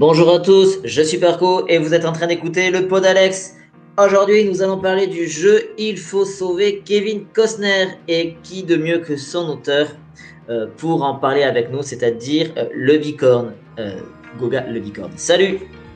Bonjour à tous, je suis Parco et vous êtes en train d'écouter le pod Alex. Aujourd'hui, nous allons parler du jeu Il faut sauver Kevin Costner et qui de mieux que son auteur pour en parler avec nous, c'est-à-dire le Bicorne, Goga le Bicorne. Salut!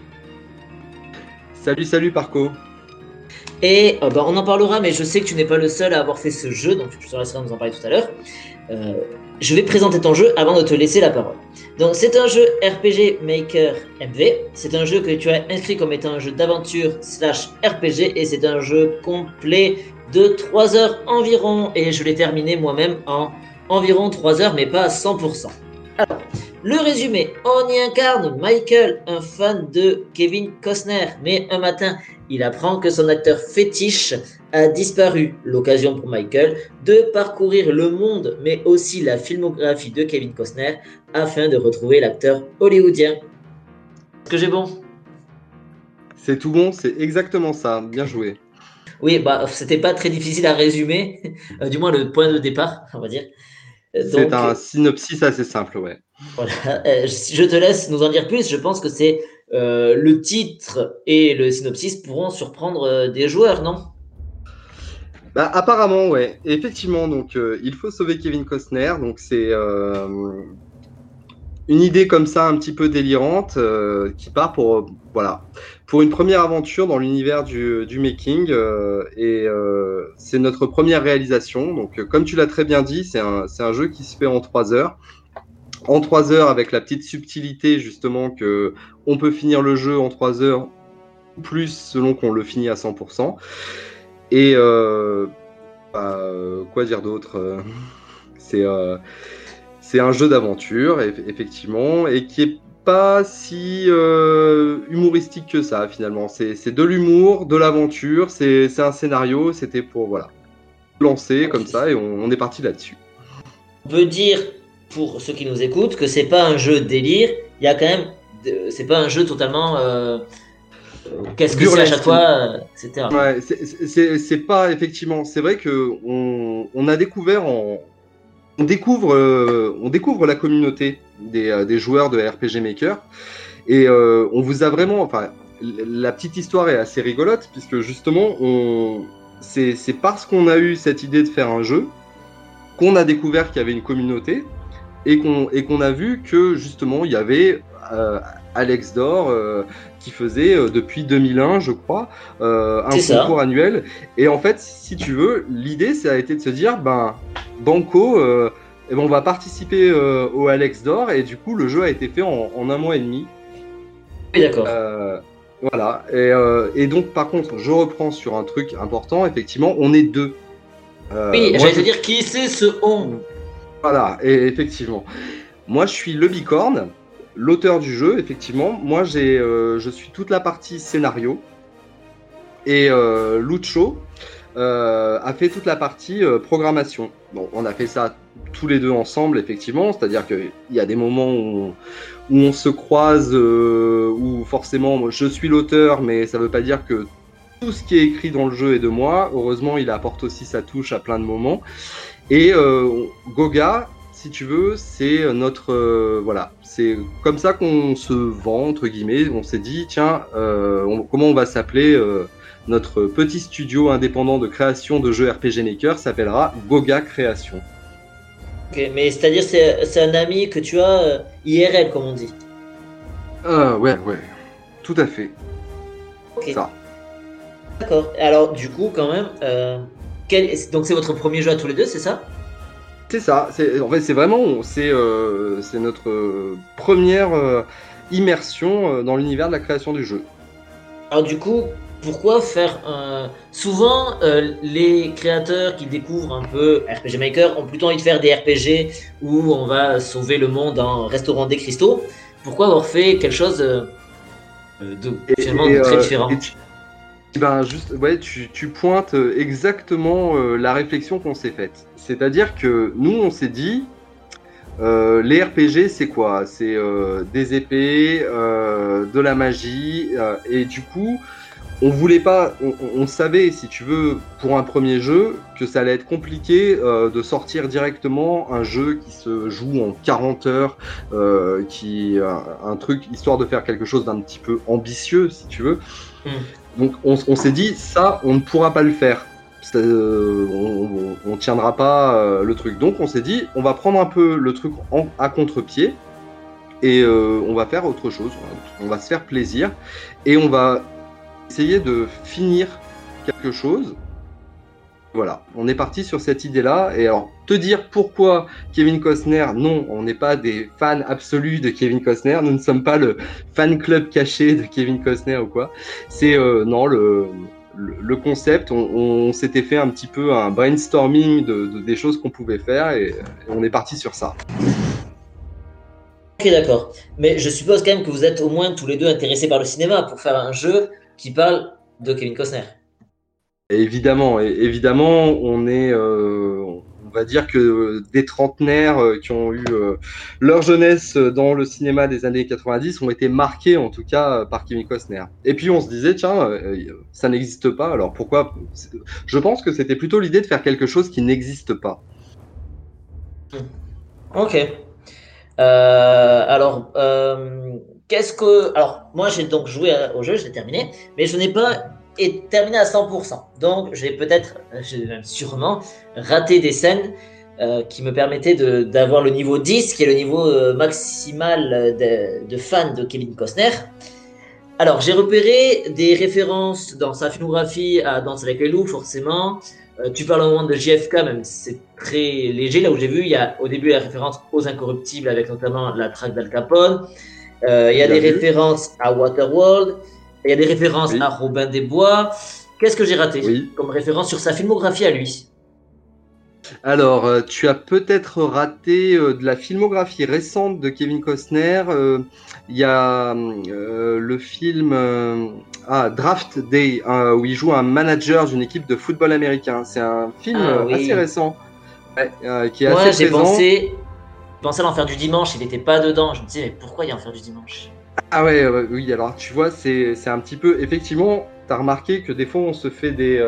Salut Parco. Et on en parlera, mais je sais que tu n'es pas le seul à avoir fait ce jeu, donc tu te laisseras nous en parler tout à l'heure. Je vais présenter ton jeu avant de te laisser la parole. Donc c'est un jeu RPG Maker MV. C'est un jeu que tu as inscrit comme étant un jeu d'aventure / RPG et c'est un jeu complet de 3 heures environ. Et je l'ai terminé moi-même en environ 3 heures, mais pas à 100%. Alors, le résumé, on y incarne Michael, un fan de Kevin Costner, mais un matin, il apprend que son acteur fétiche a disparu. L'occasion pour Michael de parcourir le monde, mais aussi la filmographie de Kevin Costner, afin de retrouver l'acteur hollywoodien. Est-ce que j'ai bon? C'est tout bon, c'est exactement ça, bien joué. Oui, c'était pas très difficile à résumer, du moins le point de départ, on va dire. C'est un synopsis assez simple, ouais. Voilà. Je te laisse nous en dire plus. Je pense que c'est le titre et le synopsis pourront surprendre des joueurs, non? Bah, apparemment, ouais. Effectivement, donc il faut sauver Kevin Costner. Donc c'est une idée comme ça, un petit peu délirante, qui part pour une première aventure dans l'univers du making. C'est notre première réalisation. Donc, comme tu l'as très bien dit, c'est un jeu qui se fait en 3 heures. En 3 heures, avec la petite subtilité justement que on peut finir le jeu en 3 heures ou plus selon qu'on le finit à 100%. Et quoi dire d'autre? C'est un jeu d'aventure, effectivement, et qui est pas si humoristique que ça finalement. C'est de l'humour, de l'aventure, c'est un scénario, c'était pour lancer comme ça et on est parti là-dessus. On peut dire, pour ceux qui nous écoutent, que c'est pas un jeu délire, il y a quand même, c'est pas un jeu totalement qu'est-ce que c'est à chaque fois, etc. Ouais, c'est pas effectivement, c'est vrai que on a découvert on découvre la communauté des joueurs de RPG Maker et on vous a vraiment, enfin, la petite histoire est assez rigolote puisque justement c'est parce qu'on a eu cette idée de faire un jeu qu'on a découvert qu'il y avait une communauté et qu'on a vu que justement il y avait Alex Dor qui faisait depuis 2001 je crois un concours annuel et en fait si tu veux l'idée ça a été de se dire Banco on va participer au Alex Dor et du coup le jeu a été fait en 1 mois et demi. Oui, d'accord. Voilà et donc par contre je reprends sur un truc important, effectivement on est 2. Oui, j'allais te dire qui c'est ce on. Voilà, et effectivement. Moi, je suis le Bicorne, l'auteur du jeu, effectivement. Moi, je suis toute la partie scénario. Et Lucho a fait toute la partie programmation. Bon, on a fait ça tous les deux ensemble, effectivement. C'est-à-dire qu'il y a des moments où on se croise, où forcément, je suis l'auteur, mais ça ne veut pas dire que tout ce qui est écrit dans le jeu est de moi. Heureusement, il apporte aussi sa touche à plein de moments. Et Goga, si tu veux, c'est notre voilà, c'est comme ça qu'on se vend entre guillemets. On s'est dit tiens, comment on va s'appeler notre petit studio indépendant de création de jeux RPG Maker s'appellera Goga Création. Ok, mais c'est-à-dire c'est un ami que tu as IRL comme on dit. Ouais, tout à fait. Ok. Ça. D'accord. Alors du coup quand même. Donc c'est votre premier jeu à tous les deux, c'est ça? C'est ça. En fait, c'est vraiment c'est notre première immersion dans l'univers de la création du jeu. Alors du coup, pourquoi faire souvent les créateurs qui découvrent un peu RPG Maker ont plutôt envie de faire des RPG où on va sauver le monde en restaurant des cristaux. Pourquoi avoir fait quelque chose de très différent? Tu pointes exactement la réflexion qu'on s'est faite. C'est-à-dire que nous, on s'est dit, les RPG, c'est quoi? C'est des épées, de la magie, et du coup, on voulait pas, on savait, si tu veux, pour un premier jeu, que ça allait être compliqué de sortir directement un jeu qui se joue en 40 heures, un truc histoire de faire quelque chose d'un petit peu ambitieux, si tu veux. Donc on s'est dit, ça, on ne pourra pas le faire. On tiendra pas le truc. Donc on s'est dit, on va prendre un peu le truc à contre-pied et on va faire autre chose. On va se faire plaisir et on va essayer de finir quelque chose. Voilà, on est parti sur cette idée-là. Et alors, te dire pourquoi Kevin Costner, non, on n'est pas des fans absolus de Kevin Costner. Nous ne sommes pas le fan club caché de Kevin Costner ou quoi. C'est, non, le concept, on s'était fait un petit peu un brainstorming des choses qu'on pouvait faire et on est parti sur ça. Ok, d'accord. Mais je suppose quand même que vous êtes au moins tous les deux intéressés par le cinéma pour faire un jeu qui parle de Kevin Costner. Évidemment, on est, on va dire que des trentenaires qui ont eu leur jeunesse dans le cinéma des années 90 ont été marqués en tout cas par Kevin Costner. Et puis on se disait, tiens, ça n'existe pas, alors pourquoi? Je pense que c'était plutôt l'idée de faire quelque chose qui n'existe pas. Ok. Alors, alors, moi j'ai donc joué au jeu, j'ai terminé, mais je n'ai pas terminé à 100%. Donc, j'ai même sûrement raté des scènes qui me permettaient d'avoir le niveau 10, qui est le niveau maximal de fan de Kevin Costner. Alors, j'ai repéré des références dans sa filmographie à Danse avec les loups, forcément. Tu parles au moment de JFK, même si c'est très léger. Là où j'ai vu, au début, il y a référence aux Incorruptibles, avec notamment la traque d'Al Capone. Il y a des références à Waterworld. Il y a des références à Robin des Bois. Qu'est-ce que j'ai raté comme référence sur sa filmographie à lui? Alors, tu as peut-être raté de la filmographie récente de Kevin Costner. Il y a le film Draft Day, où il joue un manager d'une équipe de football américain. C'est un film assez récent, qui est assez présent. J'ai pensé à l'Enfer du Dimanche, il n'était pas dedans. Je me disais, mais pourquoi il y a l'Enfer du Dimanche? Ah ouais, oui, alors tu vois, c'est un petit peu... Effectivement, tu as remarqué que des fois, on se fait des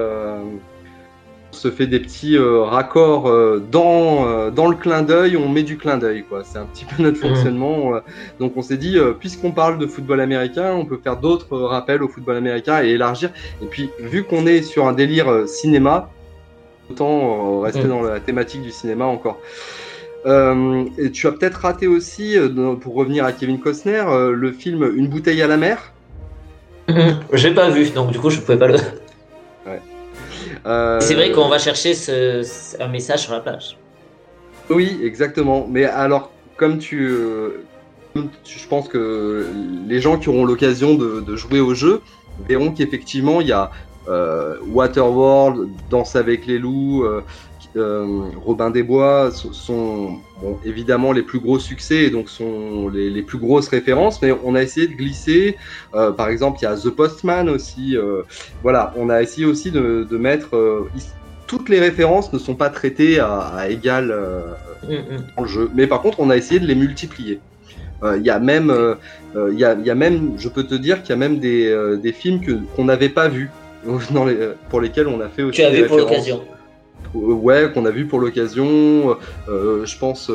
petits raccords dans le clin d'œil, on met du clin d'œil, quoi. C'est un petit peu notre fonctionnement. Donc on s'est dit, puisqu'on parle de football américain, on peut faire d'autres rappels au football américain et élargir. Et puis, vu qu'on est sur un délire cinéma, autant rester dans la thématique du cinéma encore. Et tu as peut-être raté aussi, pour revenir à Kevin Costner, le film Une bouteille à la mer. J'ai pas vu, donc du coup je pouvais pas le... Ouais. C'est vrai qu'on va chercher un message sur la plage. Oui, exactement. Mais alors, comme je pense que les gens qui auront l'occasion de jouer au jeu verront qu'effectivement, il y a Waterworld, Danse avec les loups, Robin des Bois sont évidemment les plus gros succès et donc sont les plus grosses références, mais on a essayé de glisser, par exemple il y a The Postman aussi, voilà, on a essayé aussi de mettre, toutes les références ne sont pas traitées à égal dans le jeu, mais par contre on a essayé de les multiplier. Il y a même, je peux te dire qu'il y a même des films qu'on n'avait pas vus, pour lesquels on a fait aussi. Tu as vu pour l'occasion? Ouais, qu'on a vu pour l'occasion. Je pense,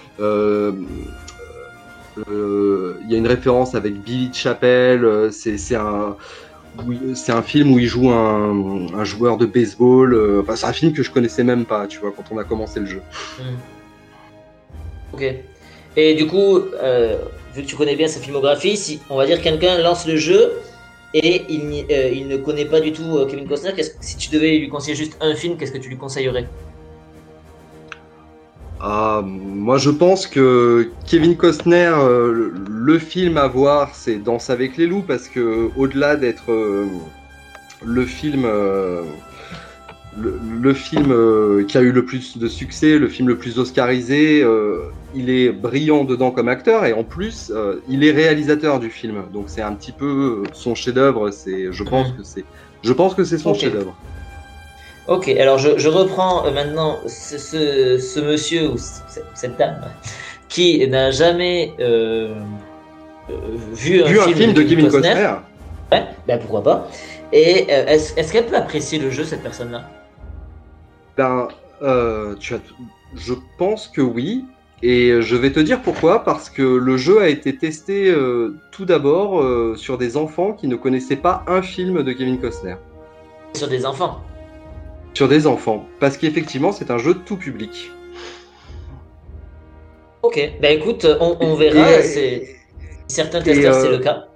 il y a une référence avec Billy Chappell. C'est un film où il joue un joueur de baseball. Enfin, c'est un film que je connaissais même pas, tu vois, quand on a commencé le jeu. Ok. Et du coup, vu que tu connais bien sa filmographie, si on va dire quelqu'un lance le jeu et il ne connaît pas du tout Kevin Costner, si tu devais lui conseiller juste un film, qu'est-ce que tu lui conseillerais? Moi, je pense que Kevin Costner, le film à voir, c'est Danse avec les loups, parce que au-delà d'être le film qui a eu le plus de succès, le film le plus oscarisé, il est brillant dedans comme acteur et en plus il est réalisateur du film, donc c'est un petit peu son chef-d'œuvre. Je pense que c'est son chef-d'œuvre. Ok, alors je reprends maintenant ce monsieur ou cette dame qui n'a jamais vu un film de Kevin Costner. Ouais, ben pourquoi pas. Et est-ce qu'elle peut apprécier le jeu, cette personne-là? Ben, je pense que oui. Et je vais te dire pourquoi, parce que le jeu a été testé tout d'abord sur des enfants qui ne connaissaient pas un film de Kevin Costner. Sur des enfants. Sur des enfants, parce qu'effectivement c'est un jeu tout public. Ok, ben écoute, on verra. Si certains testeurs, c'est le cas.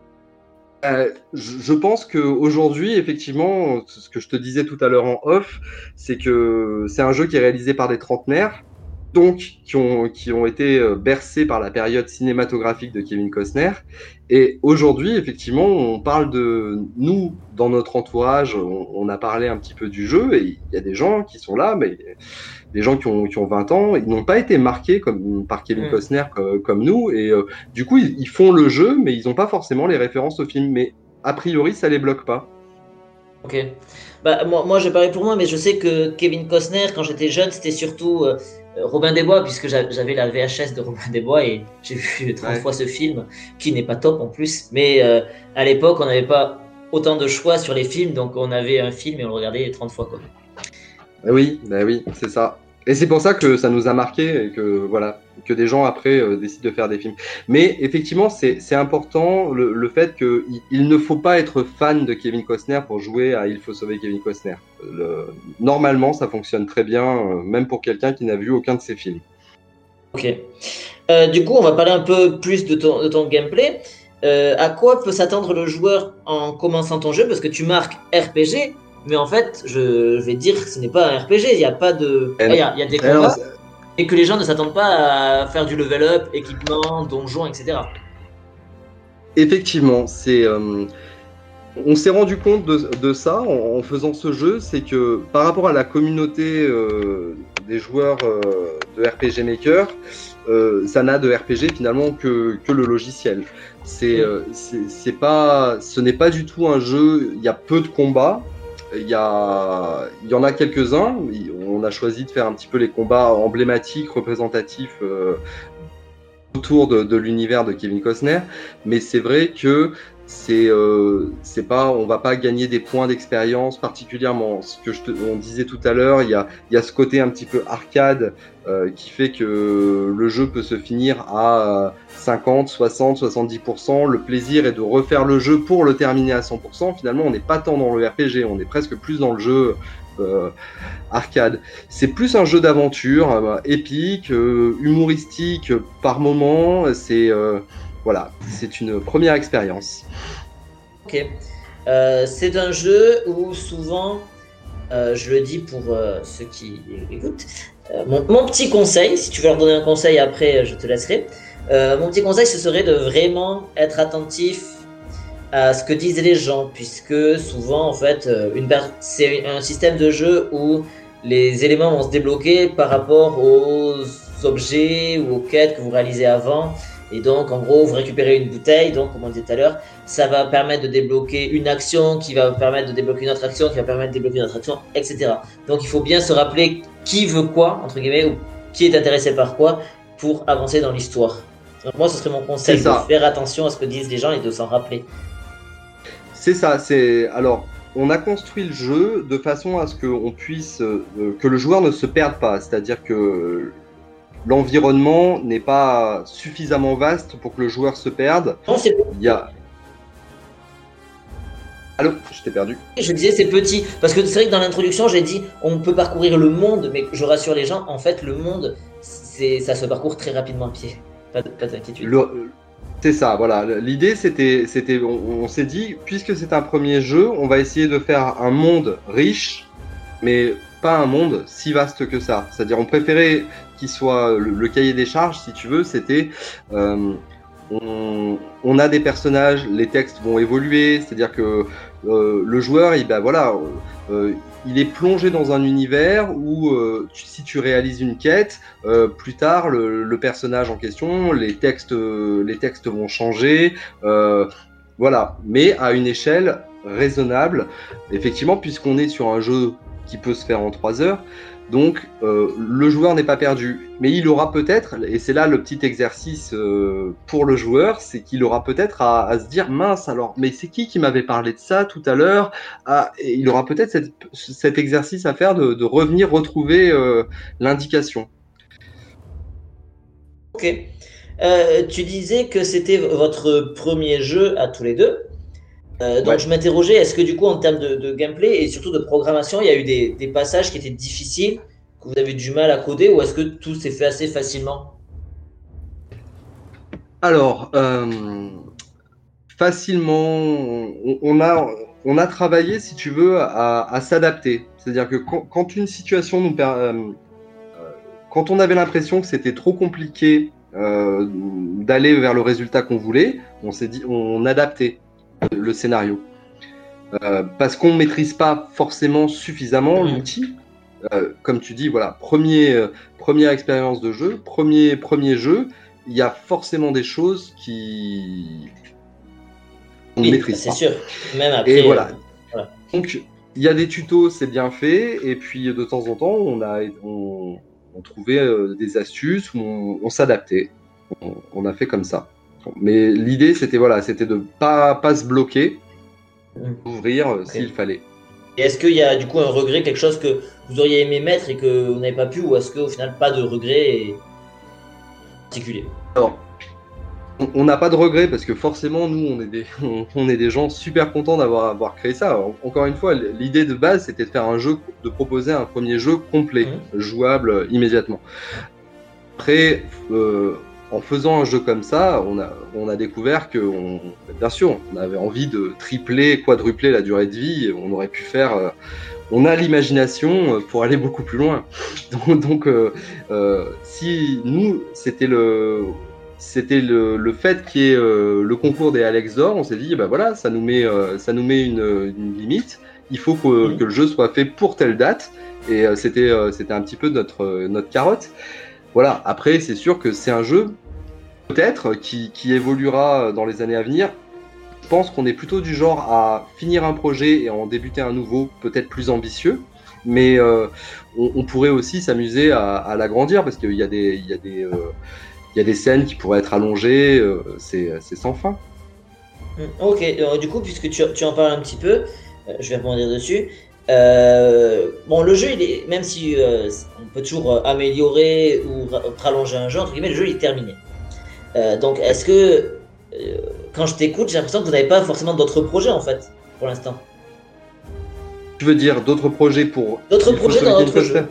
Je pense qu'aujourd'hui, effectivement, ce que je te disais tout à l'heure en off, c'est que c'est un jeu qui est réalisé par des trentenaires, donc qui ont été bercés par la période cinématographique de Kevin Costner. Et aujourd'hui, effectivement, on parle de nous, dans notre entourage, on a parlé un petit peu du jeu, et il y a des gens qui sont là, mais des gens qui ont 20 ans, ils n'ont pas été marqués par Kevin Costner comme nous, et du coup, ils font le jeu, mais ils n'ont pas forcément les références au film, mais a priori, ça les bloque pas. Ok. Bah, moi, je parlais pour moi, mais je sais que Kevin Costner, quand j'étais jeune, c'était surtout Robin des Bois, puisque j'avais la VHS de Robin des Bois et j'ai vu 30 fois ce film, qui n'est pas top en plus. Mais à l'époque, on n'avait pas autant de choix sur les films, donc on avait un film et on le regardait 30 fois, quoi. Oui, c'est ça. Et c'est pour ça que ça nous a marqué et que voilà, que des gens après décident de faire des films. Mais effectivement, c'est important le fait qu'il ne faut pas être fan de Kevin Costner pour jouer à Il faut sauver Kevin Costner. Normalement, ça fonctionne très bien, même pour quelqu'un qui n'a vu aucun de ses films. Ok. Du coup, on va parler un peu plus de ton gameplay. À quoi peut s'attendre le joueur en commençant ton jeu? Parce que tu marques RPG, mais en fait, je vais dire que ce n'est pas un RPG. Il n'y a pas de. Il y a des combats, et que les gens ne s'attendent pas à faire du level up, équipement, donjon, etc. Effectivement, on s'est rendu compte de ça en faisant ce jeu, c'est que par rapport à la communauté des joueurs de RPG Maker, ça n'a de RPG finalement que le logiciel. Ce n'est pas du tout un jeu. Il y a peu de combats. Il y en a quelques-uns. On a choisi de faire un petit peu les combats emblématiques, représentatifs autour de l'univers de Kevin Costner. Mais c'est vrai que on va pas gagner des points d'expérience particulièrement. On disait tout à l'heure, il y a ce côté un petit peu arcade qui fait que le jeu peut se finir à 50, 60, 70%. Le plaisir est de refaire le jeu pour le terminer à 100%. Finalement, on n'est pas tant dans le RPG, on est presque plus dans le jeu arcade. C'est plus un jeu d'aventure épique, humoristique par moment. Voilà, c'est une première expérience. Ok. C'est un jeu où souvent, je le dis pour ceux qui écoutent, mon petit conseil, si tu veux leur donner un conseil après, je te laisserai. Mon petit conseil, ce serait de vraiment être attentif à ce que disent les gens, puisque souvent, en fait, c'est un système de jeu où les éléments vont se débloquer par rapport aux objets ou aux quêtes que vous réalisez avant. Et donc, en gros, vous récupérez une bouteille, donc, comme on disait tout à l'heure, ça va permettre de débloquer une action, qui va permettre de débloquer une autre action, qui va permettre de débloquer une autre action, etc. Donc, il faut bien se rappeler qui veut quoi, entre guillemets, ou qui est intéressé par quoi, pour avancer dans l'histoire. Donc, moi, ce serait mon conseil, de faire attention à ce que disent les gens et de s'en rappeler. C'est ça, alors, on a construit le jeu de façon à ce qu'on puisse, que le joueur ne se perde pas, c'est-à-dire que l'environnement n'est pas suffisamment vaste pour que le joueur se perde. Non, c'est petit. Il y a... Allô, je t'ai perdu. Je disais c'est petit, parce que c'est vrai que dans l'introduction j'ai dit on peut parcourir le monde, mais je rassure les gens, en fait le monde, ça se parcourt très rapidement à pied. Pas d'inquiétude. C'est ça, voilà. L'idée, on s'est dit, puisque c'est un premier jeu, on va essayer de faire un monde riche, mais pas un monde si vaste que ça. C'est-à-dire, on préférait qu'il soit le cahier des charges, si tu veux, c'était on a des personnages, les textes vont évoluer, c'est-à-dire que le joueur, il est plongé dans un univers où si tu réalises une quête, plus tard le personnage en question, les textes vont changer, voilà, mais à une échelle raisonnable, effectivement, puisqu'on est sur un jeu qui peut se faire en 3 heures. Donc, le joueur n'est pas perdu. Mais il aura peut-être, et c'est là le petit exercice pour le joueur, c'est qu'il aura peut-être à se dire, mince, alors, mais c'est qui m'avait parlé de ça tout à l'heure? Et il aura peut-être cet exercice à faire de revenir retrouver l'indication. Ok. Tu disais que c'était votre premier jeu à tous les deux. Donc Ouais. je m'interrogeais, est-ce que du coup en termes de gameplay et surtout de programmation, il y a eu des passages qui étaient difficiles, que vous avez du mal à coder, ou est-ce que tout s'est fait assez facilement? Alors, facilement, on a travaillé, si tu veux, à s'adapter. C'est-à-dire que quand une situation quand on avait l'impression que c'était trop compliqué d'aller vers le résultat qu'on voulait, on s'est dit, on adaptait le scénario. Parce qu'on ne maîtrise pas forcément suffisamment l'outil. Comme tu dis, voilà, première expérience de jeu, premier jeu, il y a forcément des choses qu'on ne Oui, maîtrise c'est pas. sûr. Même après. Et voilà. Voilà. Donc, il y a des tutos, c'est bien fait, et puis de temps en temps, on trouvait des astuces où on s'adaptait. On a fait comme ça. Mais l'idée, c'était voilà, c'était de pas se bloquer, d'ouvrir Ok. s'il fallait. Et est-ce qu'il y a du coup un regret, quelque chose que vous auriez aimé mettre et que vous n'avez pas pu, ou est-ce qu'au final pas de regret particulier? Alors, on n'a pas de regret parce que forcément, nous, on est des gens super contents avoir créé ça. Alors, encore une fois, l'idée de base, c'était de faire un jeu, de proposer un premier jeu complet, jouable immédiatement. Après, en faisant un jeu comme ça, on a découvert que, bien sûr, on avait envie de tripler, quadrupler la durée de vie. On aurait pu faire. On a l'imagination pour aller beaucoup plus loin. Donc, si nous, c'était le fait qu'il y ait le concours des Alex d'Or, on s'est dit, bah voilà, ça nous met une limite. Il faut que le jeu soit fait pour telle date. Et c'était un petit peu notre carotte. Voilà, après, c'est sûr que c'est un jeu, peut-être, qui évoluera dans les années à venir. Je pense qu'on est plutôt du genre à finir un projet et en débuter un nouveau, peut-être plus ambitieux. Mais on pourrait aussi s'amuser à l'agrandir parce qu'il y a des scènes qui pourraient être allongées, c'est sans fin. Ok, du coup, puisque tu en parles un petit peu, je vais rebondir dessus. Bon, le jeu, même si on peut toujours améliorer ou rallonger un jeu, entre guillemets, le jeu il est terminé. Donc, est-ce que quand je t'écoute, j'ai l'impression que vous n'avez pas forcément d'autres projets en fait, pour l'instant. Tu veux dire d'autres projets pour. D'autres projets dans d'autres jeux.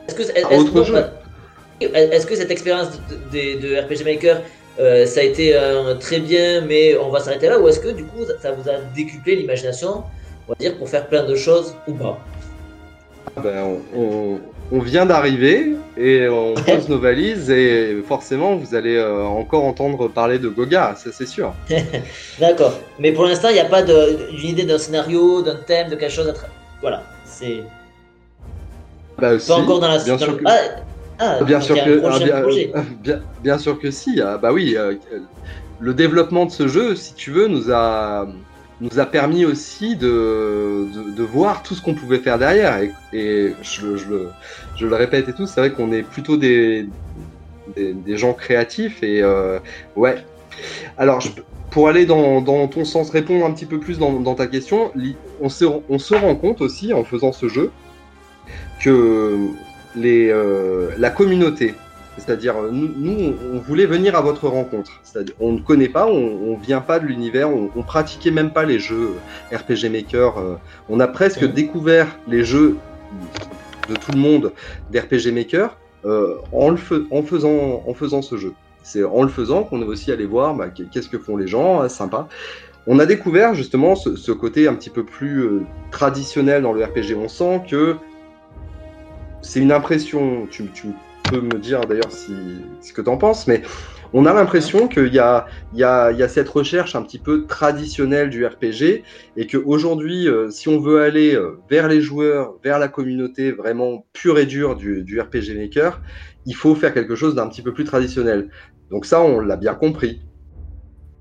Est-ce que cette expérience de RPG Maker, ça a été très bien, mais on va s'arrêter là, ou est-ce que du coup ça vous a décuplé l'imagination, on va dire, pour faire plein de choses ou pas? Ben, on vient d'arriver et on pose nos valises et forcément vous allez encore entendre parler de Goga, ça c'est sûr. D'accord, mais pour l'instant il n'y a pas d'une idée d'un scénario, d'un thème, de quelque chose à voilà, c'est Bah, pas encore dans la bien sûr dans... que... bien sûr bien sûr que si. Bah oui, le développement de ce jeu, si tu veux, nous a permis aussi de voir tout ce qu'on pouvait faire derrière. Et je le répète et tout, c'est vrai qu'on est plutôt des gens créatifs. Et ouais. Alors, pour aller dans ton sens, répondre un petit peu plus dans ta question, on se rend compte aussi en faisant ce jeu que la communauté, c'est-à-dire nous, on voulait venir à votre rencontre. C'est-à-dire, on ne connaît pas, on vient pas de l'univers, on pratiquait même pas les jeux RPG Maker. On a presque découvert les jeux de tout le monde d'RPG Maker en faisant ce jeu. C'est en le faisant qu'on est aussi allé voir qu'est-ce que font les gens, sympa. On a découvert justement ce côté un petit peu plus traditionnel dans le RPG. On sent que c'est une impression, tu peux me dire d'ailleurs ce que tu en penses, mais on a l'impression qu'il y a cette recherche un petit peu traditionnelle du RPG et qu'aujourd'hui, si on veut aller vers les joueurs, vers la communauté vraiment pure et dure du RPG Maker, il faut faire quelque chose d'un petit peu plus traditionnel. Donc ça, on l'a bien compris.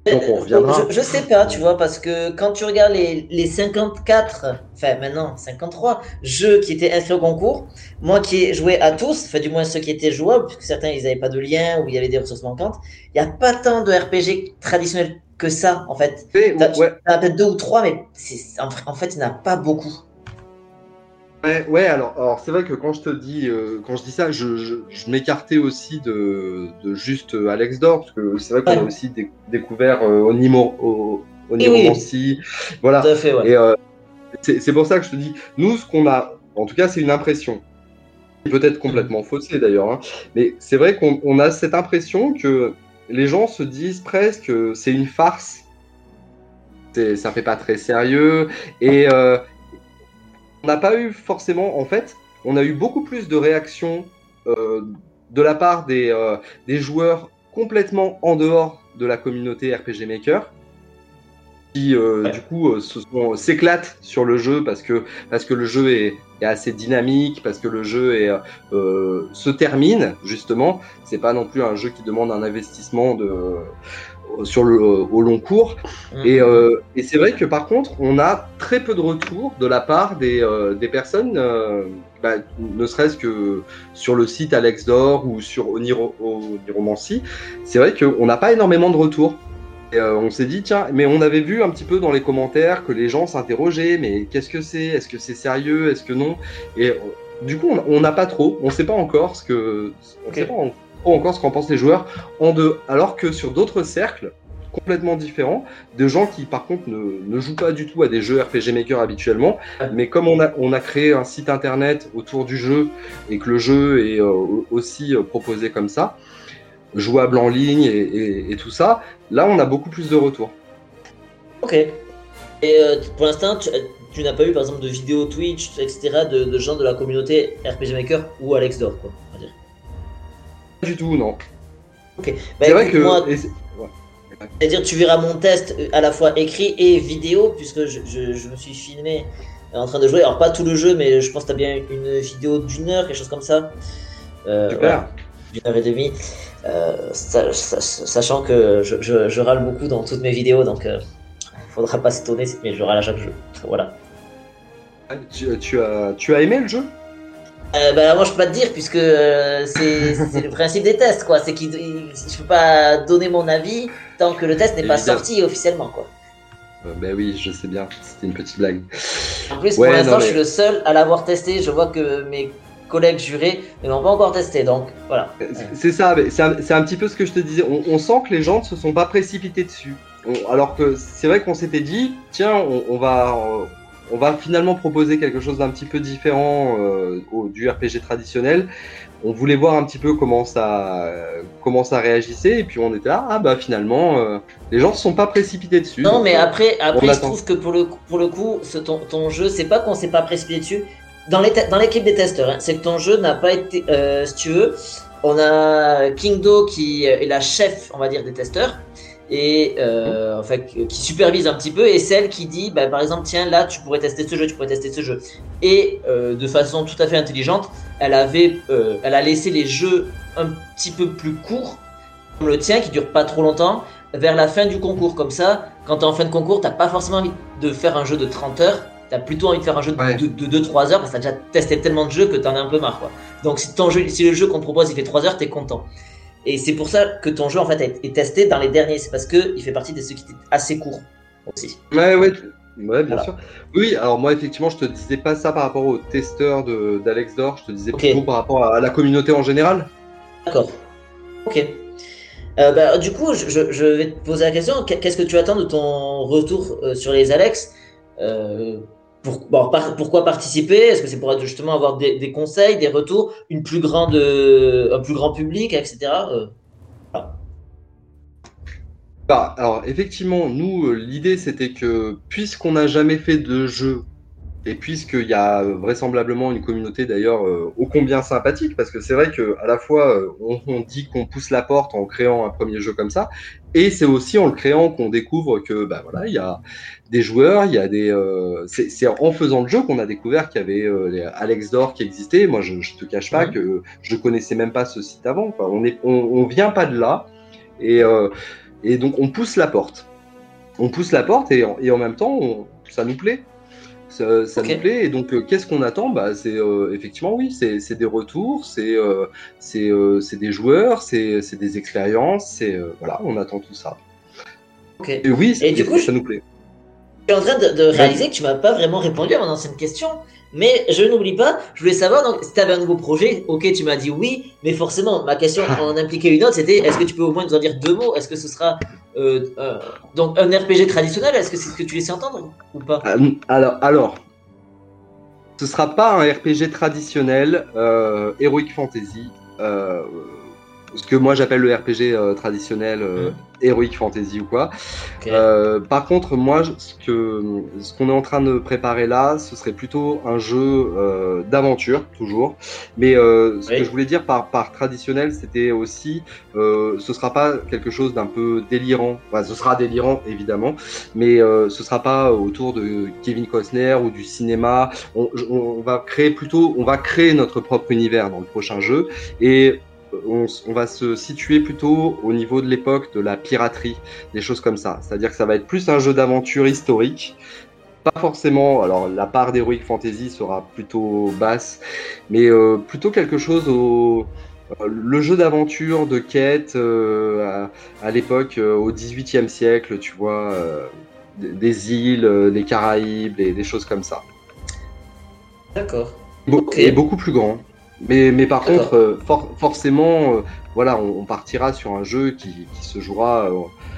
Donc on reviendra. Je sais pas, tu vois, parce que quand tu regardes les 54, enfin maintenant 53 jeux qui étaient inscrits au concours, moi qui ai joué à tous, enfin du moins ceux qui étaient jouables, puisque certains ils n'avaient pas de lien ou il y avait des ressources manquantes, il n'y a pas tant de RPG traditionnels que ça en fait. T'as Ouais, as peut-être deux ou trois, mais en fait il n'y en a pas beaucoup. ouais, alors c'est vrai que quand je dis ça, je m'écartais aussi de juste Alex d'Or, parce que c'est vrai qu'on a Ouais. aussi découvert Oui, oui, Oniromancy, tout voilà. à fait, ouais. Et c'est pour ça que je te dis, nous, ce qu'on a, en tout cas, c'est une impression, peut-être Mhm. complètement faussée d'ailleurs, hein, mais c'est vrai qu'on a cette impression que les gens se disent presque que c'est une farce, ça fait pas très sérieux, et on n'a pas eu forcément, en fait, on a eu beaucoup plus de réactions euh, de la part des joueurs complètement en dehors de la communauté RPG Maker qui du coup s'éclatent sur le jeu parce que le jeu est assez dynamique, parce que le jeu se termine justement. C'est pas non plus un jeu qui demande un investissement au long cours. Mhm. Et c'est vrai que par contre, on a très peu de retours de la part des personnes, ne serait-ce que sur le site Alexdor ou sur Oniromancy. C'est vrai qu'on n'a pas énormément de retours. Et on s'est dit, tiens, mais on avait vu un petit peu dans les commentaires que les gens s'interrogeaient, mais qu'est-ce que c'est? Est-ce que c'est sérieux? Est-ce que non? Et du coup, on n'a pas trop, on ne sait pas encore on Ok. sait pas trop encore ce qu'en pensent les joueurs, alors que sur d'autres cercles complètement différents, de gens qui par contre ne jouent pas du tout à des jeux RPG Maker habituellement, mais comme on a créé un site internet autour du jeu et que le jeu est aussi proposé comme ça, jouable en ligne et tout ça, là on a beaucoup plus de retours. Ok. Et pour l'instant, tu n'as pas eu par exemple de vidéos Twitch, etc., de gens de la communauté RPG Maker ou Alex Dor, quoi, on va dire. Pas du tout, non. Ok. Bah C'est vrai écoute, que. moi, c'est-à-dire tu verras mon test à la fois écrit et vidéo, puisque je me suis filmé en train de jouer. Alors pas tout le jeu, mais je pense que tu as bien une vidéo d'une heure, quelque chose comme ça. Voilà, Super. d'une heure et demie. Sachant que je râle beaucoup dans toutes mes vidéos, donc faudra pas s'étonner, mais je râle à chaque jeu. Voilà. Tu as aimé le jeu? Bah, moi, je peux pas te dire, puisque c'est le principe des tests, quoi. C'est que je peux pas donner mon avis tant que le test n'est pas Évidemment. sorti officiellement, quoi. Ben oui, je sais bien, c'était une petite blague. En plus, pour Ouais, non l'instant, je suis mais le seul à l'avoir testé. Je vois que mes collègues jurés ne l'ont pas encore testé, donc voilà. c'est ça, mais c'est un petit peu ce que je te disais. On sent que les gens ne se sont pas précipités dessus. Alors que c'est vrai qu'on s'était dit, tiens, on va finalement proposer quelque chose d'un petit peu différent du RPG traditionnel. On voulait voir un petit peu comment ça réagissait, et puis on était là, ah bah finalement, les gens ne se sont pas précipités dessus, Non, donc mais après, on il se attend. trouve que pour le coup, ton jeu, c'est pas qu'on s'est pas précipité dessus. Dans l'équipe des testeurs, hein, c'est que ton jeu n'a pas été. Si tu veux, on a Kingdo qui est la chef, on va dire, des testeurs, et enfin, qui supervise un petit peu, et celle qui dit, bah, par exemple, tiens, là, tu pourrais tester ce jeu, tu pourrais tester ce jeu. Et de façon tout à fait intelligente, elle a laissé les jeux un petit peu plus courts, comme le tien, qui dure pas trop longtemps, vers la fin du concours. Comme ça, quand t'es en fin de concours, t'as pas forcément envie de faire un jeu de 30 heures. T'as plutôt envie de faire un jeu Ouais. de 2-3 heures parce que t'as déjà testé tellement de jeux que t'en as un peu marre, quoi. Donc si le jeu qu'on te propose il fait 3 heures, t'es content. Et c'est pour ça que ton jeu en fait est testé dans les derniers. C'est parce qu'il fait partie de ceux qui étaient assez courts aussi. Ouais, bien Voilà. sûr. Oui, alors moi, effectivement, je te disais pas ça par rapport aux testeurs d'Alex Dor, je te disais Ok, plutôt par rapport à la communauté en général. d'accord. Ok. Bah, du coup, je vais te poser la question. Qu'est-ce que tu attends de ton retour sur les Alex? Euh, Pourquoi participer? Est-ce que c'est pour justement avoir des conseils, des retours, un plus grand public, etc. Voilà. Bah, alors, effectivement, nous, l'idée, c'était que puisqu'on n'a jamais fait de jeu, et puisqu'il y a vraisemblablement une communauté d'ailleurs ô combien sympathique, parce que c'est vrai que à la fois on dit qu'on pousse la porte en créant un premier jeu comme ça, et c'est aussi en le créant qu'on découvre que bah voilà, il y a des joueurs, il y a c'est en faisant le jeu qu'on a découvert qu'il y avait les Alex Dor qui existaient. Moi, je te cache pas Mhm. que je connaissais même pas ce site avant. Quoi. On vient pas de là, et Et donc on pousse la porte. On pousse la porte et en même temps, ça nous plaît. Ça Ok. nous plaît. Et donc, qu'est-ce qu'on attend? Bah, c'est effectivement, oui, c'est des retours, c'est des joueurs, c'est des expériences. Voilà, on attend tout ça. Ok. Et oui, Et du coup, et je ça nous plaît. suis en train de Vas-y. réaliser que tu m'as pas vraiment répondu à mon ancienne question. Mais je n'oublie pas, je voulais savoir donc, si tu avais un nouveau projet. Ok, tu m'as dit oui, mais forcément, ma question en impliquait une autre, c'était est-ce que tu peux au moins nous en dire deux mots? Est-ce que ce sera donc un RPG traditionnel? Est-ce que c'est ce que tu laissais entendre ou pas? Alors, ce sera pas un RPG traditionnel, Heroic Fantasy, ce que moi j'appelle le RPG traditionnel, Heroic Fantasy ou quoi. Ok. Par contre, moi, ce qu'on est en train de préparer là, ce serait plutôt un jeu d'aventure, toujours. Mais ce que je Oui. voulais dire par traditionnel, c'était aussi, ce sera pas quelque chose d'un peu délirant. Enfin, ce sera délirant, évidemment, mais ce sera pas autour de Kevin Costner ou du cinéma. On va créer notre propre univers dans le prochain jeu. Et on va se situer plutôt au niveau de l'époque de la piraterie, des choses comme ça. C'est-à-dire que ça va être plus un jeu d'aventure historique, pas forcément. Alors la part d'Heroic Fantasy sera plutôt basse, mais plutôt quelque chose le jeu d'aventure, de quête à l'époque, au XVIIIe siècle, tu vois, des îles, des Caraïbes, des choses comme ça. D'accord. Ok. Et beaucoup plus grand. Mais par contre, D'accord. forcément, voilà, on partira sur un jeu qui se jouera,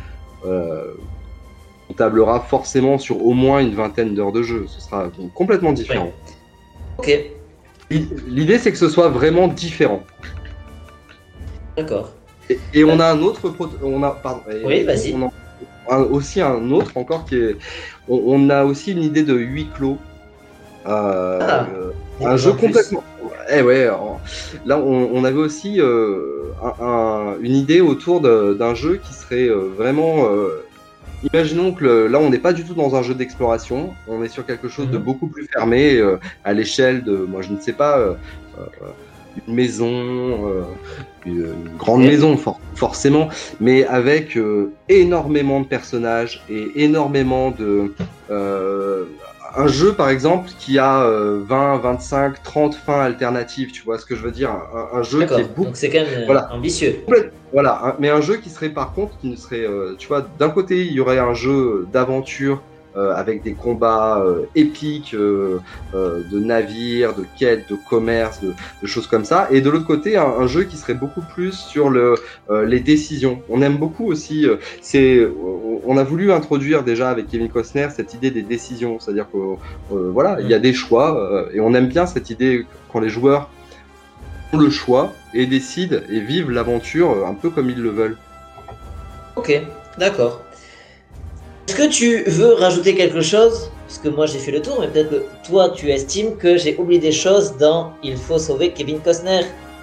on tablera forcément sur au moins une vingtaine d'heures de jeu. Ce sera complètement Oui. différent. Ok. L'idée, c'est que ce soit vraiment différent. D'accord. Et on a un autre, pardon, Oui, vas-y. on a aussi un autre encore qui est, on a aussi une idée de huis clos. Ah, Un dis-moi jeu en plus. complètement. Eh ouais, là on avait aussi une idée autour d'un jeu qui serait vraiment. Imaginons que là on n'est pas du tout dans un jeu d'exploration, on est sur quelque chose de Mhm. beaucoup plus fermé à l'échelle de, moi je ne sais pas, une maison, une grande Ok. maison forcément, mais avec énormément de personnages et énormément de un jeu par exemple qui a 20, 25, 30 fins alternatives, tu vois ce que je veux dire, un jeu qui est D'accord. beaucoup, Donc c'est quand même voilà, ambitieux. voilà, mais un jeu qui serait par contre, qui ne serait, tu vois, d'un côté il y aurait un jeu d'aventure avec des combats épiques, de navires, de quêtes, de commerce, de choses comme ça, et de l'autre côté un jeu qui serait beaucoup plus sur les décisions. On aime beaucoup aussi, on a voulu introduire déjà avec Kevin Costner cette idée des décisions, c'est-à-dire que voilà, il y a Mhm. des choix et on aime bien cette idée quand les joueurs ont le choix et décident et vivent l'aventure un peu comme ils le veulent. Ok. D'accord. Est-ce que tu veux rajouter quelque chose? Parce que moi j'ai fait le tour, mais peut-être que toi tu estimes que j'ai oublié des choses dans Il faut sauver Kevin Costner.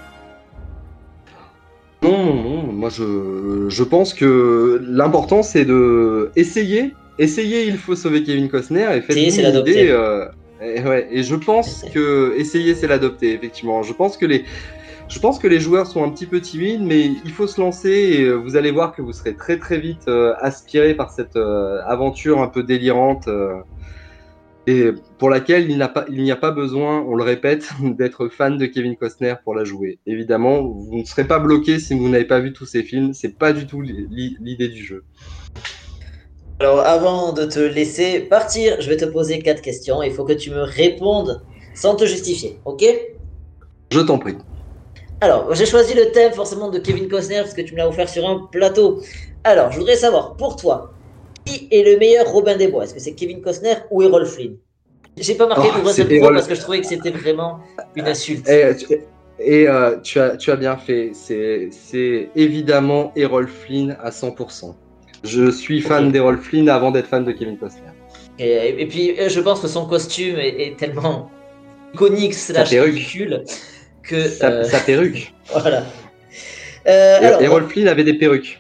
Non, non, non, moi je pense que l'important c'est de essayer, il faut sauver Kevin Costner et Si, faites-vous c'est une idée. l'adopter. Et, ouais, et je pense que essayer c'est l'adopter, effectivement. Je pense que les joueurs sont un petit peu timides, mais il faut se lancer et vous allez voir que vous serez très très vite aspiré par cette aventure un peu délirante. Et pour laquelle il n'y a pas besoin, on le répète, d'être fan de Kevin Costner pour la jouer. Évidemment, vous ne serez pas bloqué si vous n'avez pas vu tous ces films, c'est pas du tout l'idée du jeu. Alors avant de te laisser partir, je vais te poser quatre questions. Il faut que tu me répondes sans te justifier, ok? Je t'en prie. Alors, j'ai choisi le thème forcément de Kevin Costner parce que tu me l'as offert sur un plateau. Alors, je voudrais savoir, pour toi, qui est le meilleur Robin des Bois? Est-ce que c'est Kevin Costner ou Errol Flynn? J'ai pas marqué Oh, pour un c'est seul pro Errol. parce que je trouvais que c'était vraiment une insulte. Et, tu as bien fait. C'est évidemment Errol Flynn à 100%. Je suis Ok. fan d'Errol Flynn avant d'être fan de Kevin Costner. Et puis, je pense que son costume est tellement iconique Sa slash perruque. ridicule que Sa perruque. voilà. Alors, Errol Flynn avait des perruques.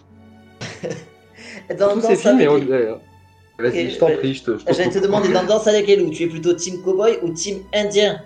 Dans tous dans ses films, avec Errol. les... Ok, Vas-y, je t'en prie, je te j'allais te coupe. demander dans Danse avec les loups, tu es plutôt team cowboy ou team indien?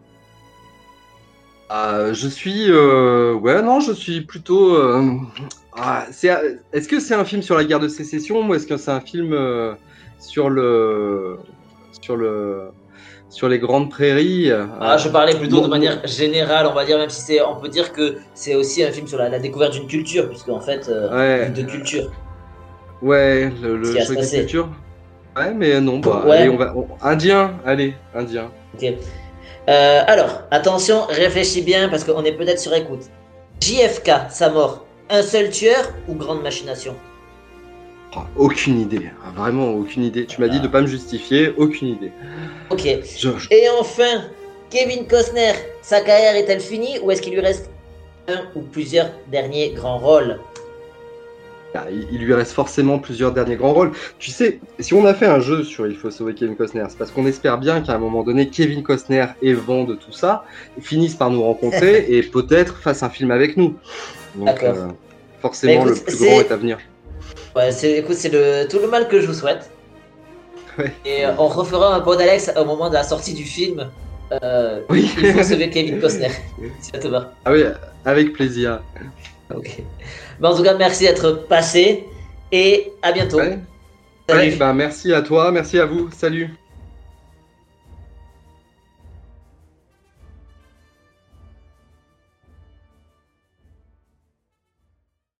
Je suis, ouais, non, je suis plutôt. Est-ce que c'est un film sur la guerre de sécession ou est-ce que c'est un film sur le, sur le, sur les grandes prairies Je parlais plutôt de manière générale, on va dire, même si on peut dire que c'est aussi un film sur la découverte d'une culture, puisque en fait, de culture. Ouais, le jeu de culture. Ouais, mais non, allez, indien, indien. Ok. Alors, attention, réfléchis bien parce qu'on est peut-être sur écoute. JFK, sa mort, un seul tueur ou grande machination? Aucune idée, vraiment aucune idée. Tu m'as dit de pas me justifier, aucune idée. Ok. Et enfin, Kevin Costner, sa carrière est-elle finie ou est-ce qu'il lui reste un ou plusieurs derniers grands rôles? Il lui reste forcément plusieurs derniers grands rôles. Tu sais, si on a fait un jeu sur Il faut sauver Kevin Costner, c'est parce qu'on espère bien qu'à un moment donné, Kevin Costner et Van de tout ça finissent par nous rencontrer et peut-être fassent un film avec nous. Donc, forcément, écoute, le plus grand est à venir. Ouais, c'est tout le mal que je vous souhaite. Ouais. Et on refera un pod Alex au moment de la sortie du film. Oui. Il faut sauver Kevin Costner. Si ça te va. Ah oui, avec plaisir. Ok. En tout cas, merci d'être passé et à bientôt. Ouais. Salut. Merci à toi, merci à vous. Salut.